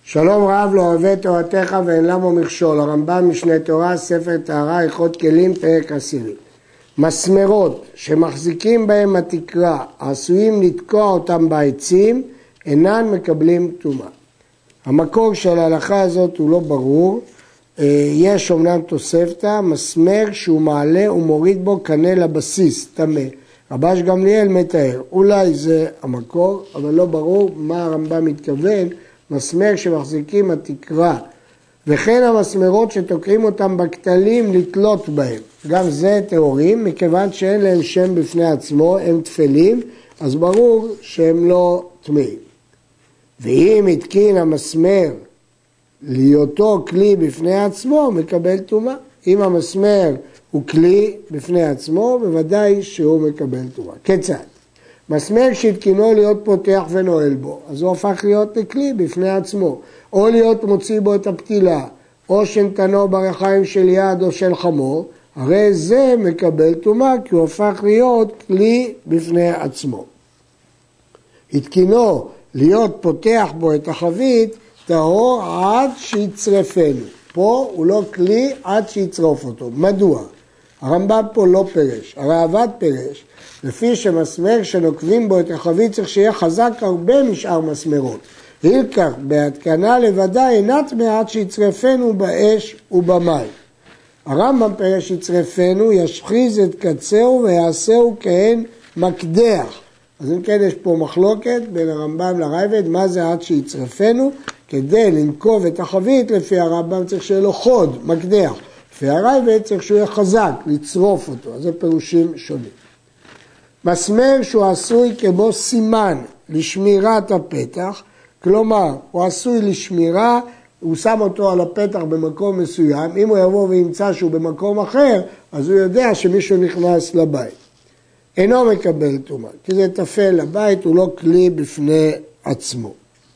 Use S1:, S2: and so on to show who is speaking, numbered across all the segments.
S1: שלום רב לא אוהב את תורתך ואין למו מכשול. הרמב"ם משנה תורה, ספר טהרה, הלכות כלים, פרק 10. מסמרות שמחזיקים בהם התקרה, עשויים לתקוע אותם בעצים, אינן מקבלים טומאה. המקור של ההלכה הזאת הוא לא ברור. יש אומנם תוספתא, מסמר שהוא מעלה ומוריד בו קנה לבסיס, טמא. רבש גמליאל מתאר, אולי זה המקור, אבל לא ברור מה הרמב"ם מתכוון. מסמר שמחזיקים התקרה, וכן המסמרות שתוקעים אותם בכתלים לתלות בהם. גם זה טהורים, מכיוון שאין להם שם בפני עצמו, הם תפלים, אז ברור שהם לא טמאים. ואם התקין המסמר להיותו כלי בפני עצמו, מקבל טומאה. אם המסמר הוא כלי בפני עצמו, בוודאי שהוא מקבל טומאה. כיצד? מסמר שהתקינו להיות פותח ונועל בו, אז הוא הפך להיות לכלי בפני עצמו, או להיות מוציא בו את הפתילה, או שנתנו ברחיים של יד או של חמור, הרי זה מקבל טומאה, כי הוא הפך להיות כלי בפני עצמו. התקינו להיות פותח בו את החבית, טהור עד שיצרפנו. פה הוא לא כלי עד שיצרוף אותו. מדוע? הרמב"ם פה לא פרש, הראב"ד פרש, לפי שמסמר שנוקבים בו את החבית צריך שיהיה חזק הרבה משאר מסמרות. הילקח בהתקנה לבדה אינה טמאה עד שיצרפנו באש ובמים. הרמב"ם פרש יצרפנו, ישחיז את קצהו ויעשהו כהן מקדח. אז אם כן יש פה מחלוקת בין הרמב"ם לראב"ד, מה זה עד שיצרפנו? כדי לנקוב את החבית לפי הרמב"ם צריך שיהיה לו חוד, מקדח. לפי הראב"ד צריך שהוא יהיה חזק, לצרוף אותו, אז זה פירושים שונים. מסמר שהוא עשוי כמו סימן לשמירת הפתח, כלומר הוא עשוי לשמירה, הוא שם אותו על הפתח במקום מסוים, אם הוא יבוא וימצא שהוא במקום אחר, אז הוא יודע שמישהו נכנס לבית. אינו מקבל טומאה, כי זה טפל לבית, הוא לא כלי בפני עצמו.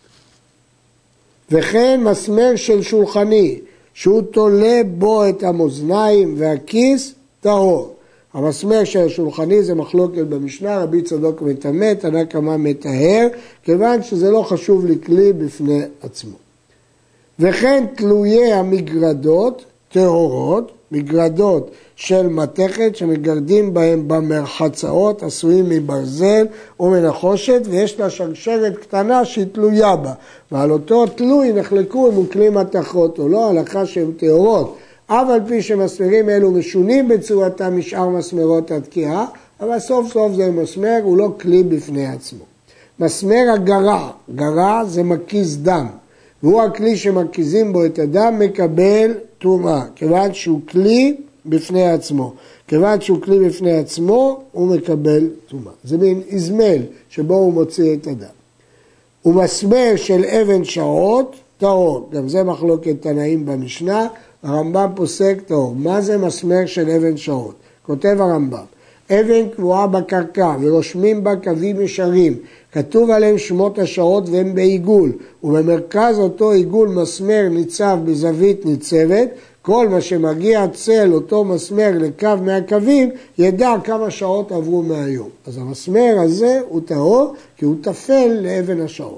S1: וכן מסמר של שולחני, שהוא תולה בו את המאזניים והכיס, טהור. המסמר של השולחני זה מחלוקת במשנה, רבי צדוק מטמא, תנא קמא מטהר, כיוון שזה לא חשוב לכלי בפני עצמו. וכן תלויי המגרדות, טהורות, מגרדות של מתכת שמגרדים בהם במרחצאות, עשויים מברזל ומנחושת, ויש לה שרשרת קטנה שהיא תלויה בה. ועל אותו תלוי נחלקו אם הוא כלי מתכות או לא, הלכה שהן טהורות. אף על פי שמסמרים אלו משונים בצורתם משאר מסמרות התקיעה, אבל סוף סוף זה מסמר, הוא לא כלי בפני עצמו. מסמר הגרע, גרע זה מקיז דם, והוא הכלי שמקיזים בו את הדם מקבל טומאה, כיוון שהוא כלי בפני עצמו. כיוון שהוא כלי בפני עצמו, הוא מקבל טומאה. זה מין איזמל שבו הוא מוציא את הדם. ומסמר של אבן שעות, טהור, גם זה מחלוקת תנאים במשנה, הרמב"ם פוסק טהור. מה זה מסמר של אבן שעות? כותב הרמב"ם, אבן קבועה בקרקע ורושמים בה קווים ישרים, כתוב עליהם שמות השעות והם בעיגול, ובמרכז אותו עיגול מסמר ניצב בזווית ניצבת, כל מה שמגיע צל אותו מסמר לקו מהקווים, ידע כמה שעות עברו מהיום. אז המסמר הזה הוא טהור, כי הוא טפל לאבן השעות.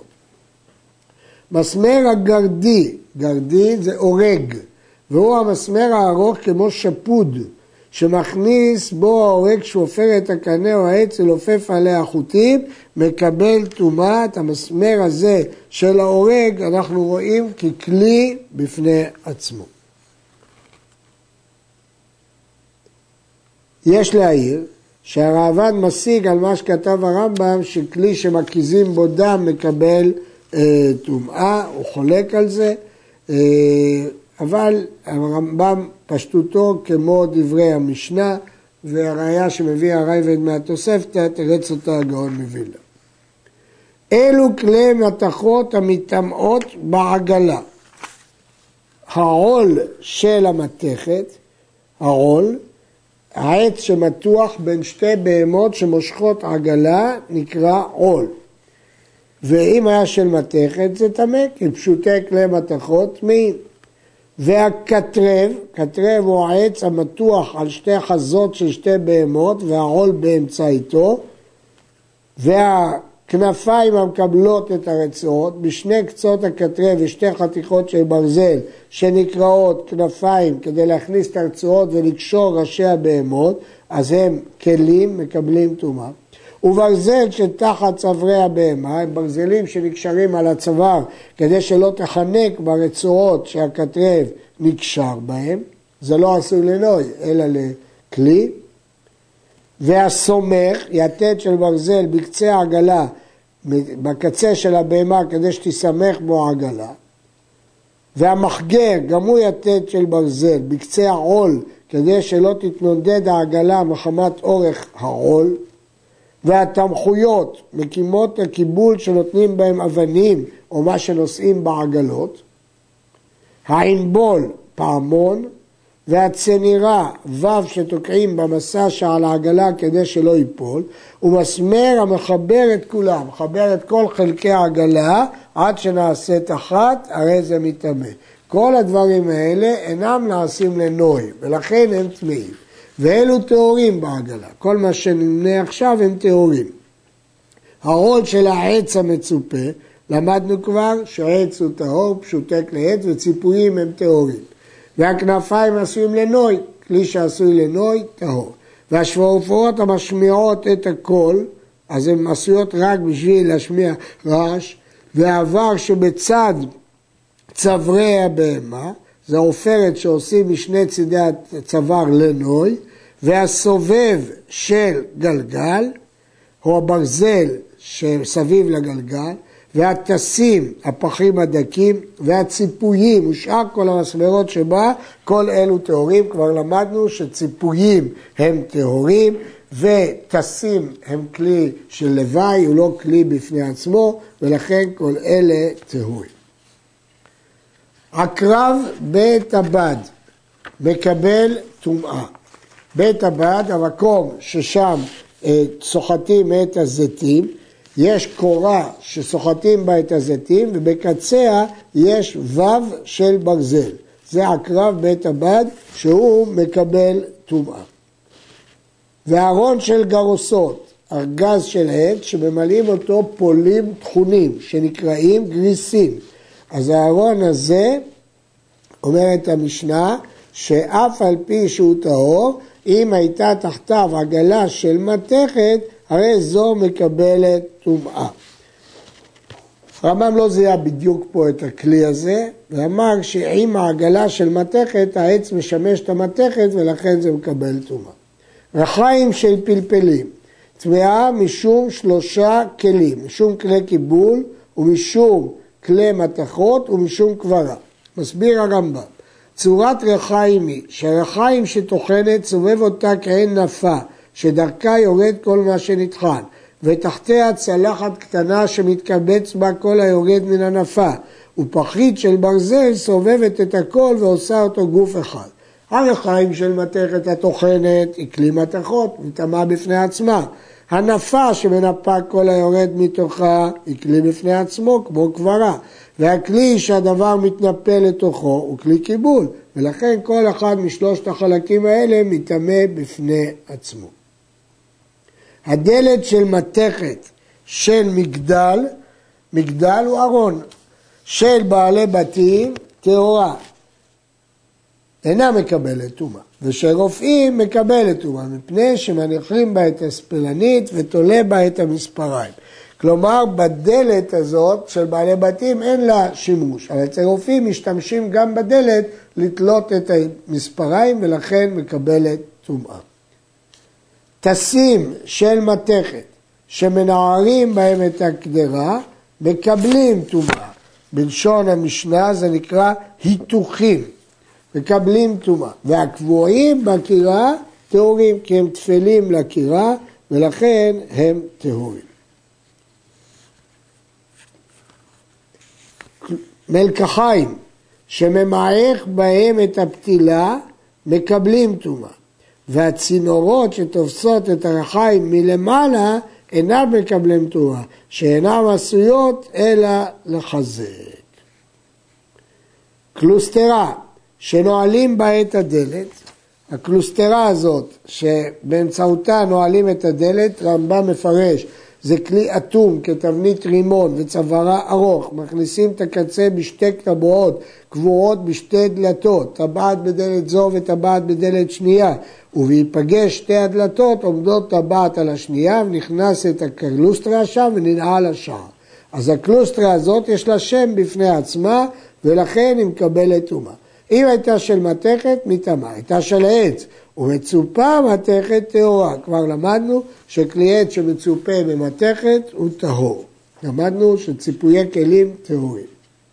S1: מסמר הגרדי, גרדי זה אורג, והוא המסמר הארוך כמו שפוד, שמכניס בו האורג שהופר את הקנה או העץ ולופף עליה החוטים, מקבל טומאה. את המסמר הזה של האורג אנחנו רואים ככלי בפני עצמו. יש להעיר שהראב"ד משיג על מה שכתב הרמב"ם, שכלי שמקיזים בו דם מקבל טומאה, הוא חולק על זה, אבל הרמב"ם פשטותו כמו דברי המשנה, והראיה שמביא הראב"ד מהתוספתא תרץ אותה הגאון מווילנה. אלו כלי מתכות המטמאות בעגלה. העול של המתכת, העול, העץ שמתוח בין שתי בהמות שמושכות עגלה נקרא עול. ואם היה של מתכת זה טמא, כי פשוטי כלי מתכות טמאים. והקטרב, קטרב הוא העץ המתוח על שתי חזות של שתי בהמות והעול באמצע איתו, כנפיים המקבלות את הרצועות, בשני קצות הכתרי ושתי חתיכות של ברזל שנקראות כנפיים כדי להכניס את הרצועות ולקשור ראשי הבהמות, אז הם כלים מקבלים טומאה. וברזל שתחת צווארי הבהמה, הם ברזלים שנקשרים על הצוואר כדי שלא תחנק ברצועות שהכתרב נקשר בהם, זה לא עשוי לנוי אלא לכלי. והסומך, יתד של ברזל בקצה העגלה, בקצה של הבהמה כדי שתסמך בו העגלה. והמחגר, גם הוא יתד של ברזל, בקצה העול כדי שלא תתנודד העגלה מחמת אורך העול. והתמחויות, מקימות הקיבול שנותנים בהם אבנים או מה שנושאים בעגלות. הענבול, פעמון. והצנירה, וו שתוקעים במסע שעל העגלה כדי שלא ייפול, ומסמר המחבר את כולם, מחבר את כל חלקי העגלה עד שנעשית אחת, הרי זה מטמא. כל הדברים האלה אינם נעשים לנוי, ולכן הם טמאים. ואלו טהורים בעגלה, כל מה שנמנה עכשיו הם טהורים. הרול של העץ המצופה, למדנו כבר שהעץ הוא טהור, פשוטק לעץ, וציפויים הם טהורים. והכנפיים עשויים לנוי, כלי שעשוי לנוי, טהור. והשפורפורות המשמיעות את הקול, אז הן עשויות רק בשביל להשמיע רעש, והעבר שבצד צווארי הבהמה, זה עופרת שעושים משני צידי הצוואר לנוי, והסובב של גלגל, או הברזל שסביב לגלגל, והתסים, הפחים הדקים, והציפויים, ושאר כל המסמרות שבה, כל אלו טהורים. כבר למדנו שציפויים הם טהורים, ותסים הם כלי של לוואי, הוא לא כלי בפני עצמו, ולכן כל אלה טהורים. עקרב בית הבד מקבל טומאה. בית הבד, המקום ששם סוחטים את הזיתים, יש קורה שסוחטים בה את הזיתים, ובקציה יש וו של ברזל. זה עקרב בית הבד שהוא מקבל טומאה. והארון של גרוסות, ארגז של עץ שממלאים אותו פולים תכונים שנקראים גריסים. אז הארון הזה, אומרת המשנה, שאף על פי שהוא טהור, אם הייתה תחתיו עגלה של מתכת, הרי זו מקבלת טומאה. הרמב"ם לא זיהה בדיוק פה את הכלי הזה, ואמר שעם העגלה של מתכת, העץ משמש את המתכת ולכן זה מקבל טומאה. רחיים של פלפלים, טמאה משום 3 כלים, משום כלי קיבול ומשום כלי מתכות ומשום קברה. מסביר הרמב"ם, צורת רחיים היא שהרחיים שטוחנת סובב אותה כעין נפה, שדרכה יורד כל מה שנטחן, ותחתיה צלחת קטנה שמתקבץ בה כל היורד מן הנפה, ופחית של ברזל סובבת את הכל ועושה אותו גוף אחד. הרחיים של מתכת הטוחנת היא כלי מתכות, מטמאה בפני עצמה. הנפה שמנפה כל היורד מתוכה היא כלי בפני עצמו כמו קברה. והכלי שהדבר מתנפה לתוכו הוא כלי קיבול, ולכן כל אחד משלושת החלקים האלה מטמא בפני עצמו. הדלת של מתכת של מגדל, מגדל הוא ארון, של בעלי בתים טהורה, אינה מקבלת טומאה, ושל רופאים מקבלת טומאה, מפני שמניחים בה את הספלנית ותולה בה את המספריים. כלומר, בדלת הזאת של בעלי בתים אין לה שימוש, אבל אצל רופאים משתמשים גם בדלת לתלות את המספריים ולכן מקבלת טומאה. תסים של מתכת שמנערים בהם את הקדרה מקבלים טומאה. בלשון המשנה זה נקרא היתוכים, מקבלים טומאה. והקבועים בקירה טהורים כי הם תפלים לקירה ולכן הם טהורים. מלקחיים שממעך בהם את הפתילה מקבלים טומאה. והצינורות שתופסות את הרחיים מלמעלה אינם מקבלים טומאה, שאינם עשויות אלא לחזק. קלוסטרה שנועלים בה את הדלת, הקלוסטרה הזאת שבאמצעותה נועלים את הדלת, רמב"ם מפרש, זה כלי אטום כתבנית רימון וצווארה ארוך, מכניסים את הקצה בשתי טבעות קבורות בשתי דלתות, טבעת בדלת זו וטבעת בדלת שנייה, ובהיפגש שתי הדלתות עומדות טבעת על השנייה ונכנסת הקלוסטרה שם וננעל השער. אז הקלוסטרה הזאת יש לה שם בפני עצמה ולכן היא מקבלת טומאה. אם הייתה של מתכת, מטמאה, הייתה של עץ ומצופה מתכת טהורה. כבר למדנו שכלי עץ שמצופה במתכת הוא טהור. למדנו שציפויי כלים טהורים.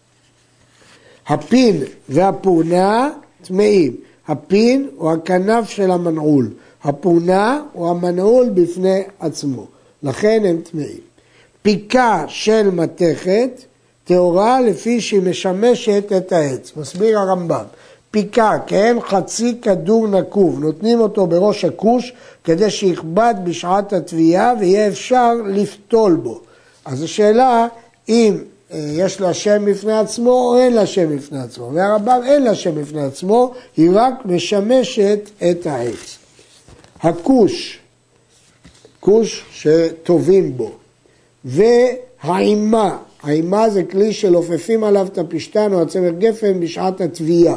S1: הפין והפורנה טמאים. הפין הוא הכנף של המנעול. הפורנה הוא המנעול בפני עצמו. לכן הם טמאים. פיקה של מתכת טהורה לפי שהיא משמשת את העץ. מסביר הרמב"ם. פיקה, כן, חצי כדור נקוב, נותנים אותו בראש הכוש כדי שיכבד בשעת התביעה ויהיה אפשר לפתול בו. אז השאלה אם יש לה שם בפני עצמו או אין לה שם בפני עצמו. והרמב"ם אין לה שם בפני עצמו, היא רק משמשת את העץ. הכוש, כוש שטובים בו, והעימה, העימה זה כלי שלופפים עליו את הפשטן או הצמר גפן בשעת התביעה.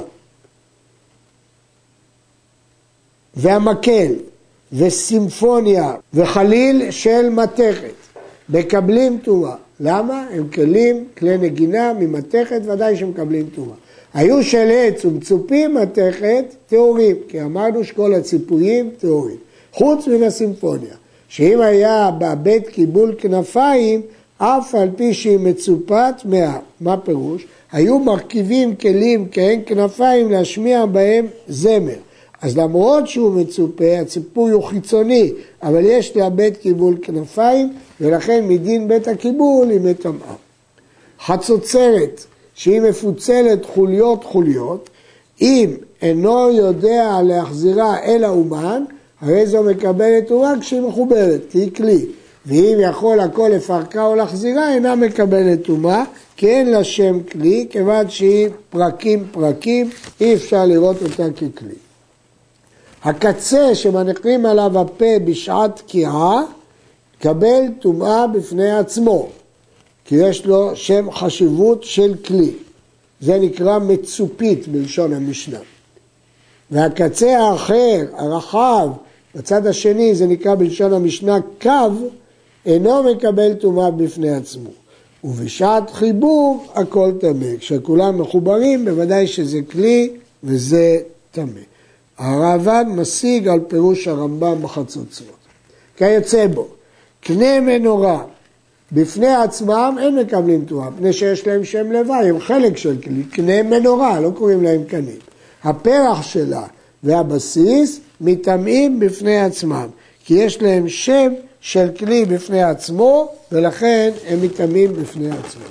S1: והמקל וסימפוניה וחליל של מתכת מקבלים טומאה. למה? הם כלי נגינה ממתכת, ודאי שמקבלים טומאה. היו של עץ ומצופים מתכת טהורים, כי אמרנו שכל הציפויים טהורים. חוץ מן הסימפוניה, שאם היה בבית קיבול כנפיים, אף על פי שהיא מצופה טמאה. מה פירוש? היו מרכיבים כלים כהן כנפיים להשמיע בהם זמר. אז למרות שהוא מצופה, הציפוי הוא חיצוני, אבל יש לה בית קיבול כנפיים, ולכן מדין בית הקיבול היא מטמאה. חצוצרת, שהיא מפוצלת חוליות חוליות, אם אינו יודע להחזירה אל האומן, הרי זו מקבלת טומאה כשהיא מחוברת, כי היא כלי. ואם יכול הכל לפרקה או להחזירה, אינה מקבלת טומאה, כי אין לה שם כלי, כיוון שהיא פרקים, אי אפשר לראות אותה ככלי. הקצה שמניחים עליו הפה בשעת תקיעה, קבל טומאה בפני עצמו, כי יש לו שם חשיבות של כלי. זה נקרא מצופית בלשון המשנה. והקצה האחר, הרחב, בצד השני זה נקרא בלשון המשנה קו, אינו מקבל טומאה בפני עצמו. ובשעת חיבור הכל טמא. כשכולם מחוברים בוודאי שזה כלי וזה טמא. הרעב"ד משיג על פירוש הרמב"ם בחצוצרות. כיוצא בו, קנה מנורה, בפני עצמם אין מקבלים טומאה, פני שיש להם שם לוואי, הם חלק של כלי, קנה מנורה, לא קוראים להם קנים. הפרח שלה והבסיס מטמאים בפני עצמם, כי יש להם שם של כלי בפני עצמו, ולכן הם מטמאים בפני עצמם.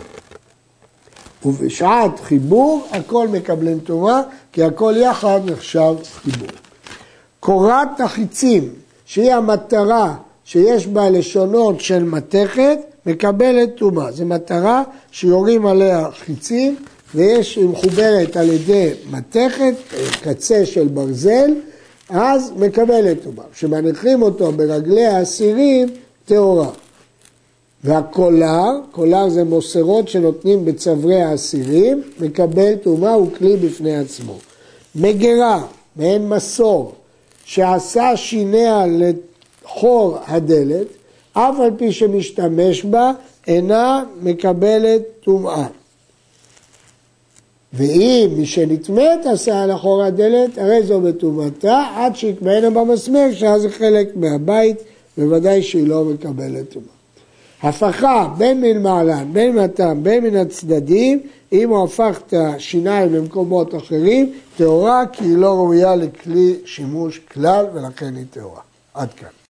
S1: ובשעת חיבור הכל מקבלים טומאה, כי הכל יחד נחשב חיבור. קורת החיצים, שהיא המטרה שיש בה לשונות של מתכת, מקבלת טומאה. זו מטרה שיורים עליה חיצים, ויש מחוברת על ידי מתכת, קצה של ברזל, אז מקבלת טומאה. כשמניחים אותו ברגלי האסירים, טהורה. והקולר, קולר זה מוסרות שנותנים בצווארי האסירים, מקבל טומאה הוא כלי בפני עצמו. מגרה, מעין מסור, שעשה שיניה לחור הדלת, אף על פי שמשתמש בה, אינה מקבלת טומאה. ואם מי שנטמאת עשה לחור הדלת, הרי זו בטומאתה, עד שיקמאנה במסמר, שאז זה חלק מהבית, בוודאי שהיא לא מקבלת טומאה. הפכה בין מן מעלן, בין מהטעם, בין מן הצדדים, אם הוא הפך את השיניים למקומות אחרים, טהורה כי היא לא ראויה לכלי שימוש כלל ולכן היא טהורה. עד כאן.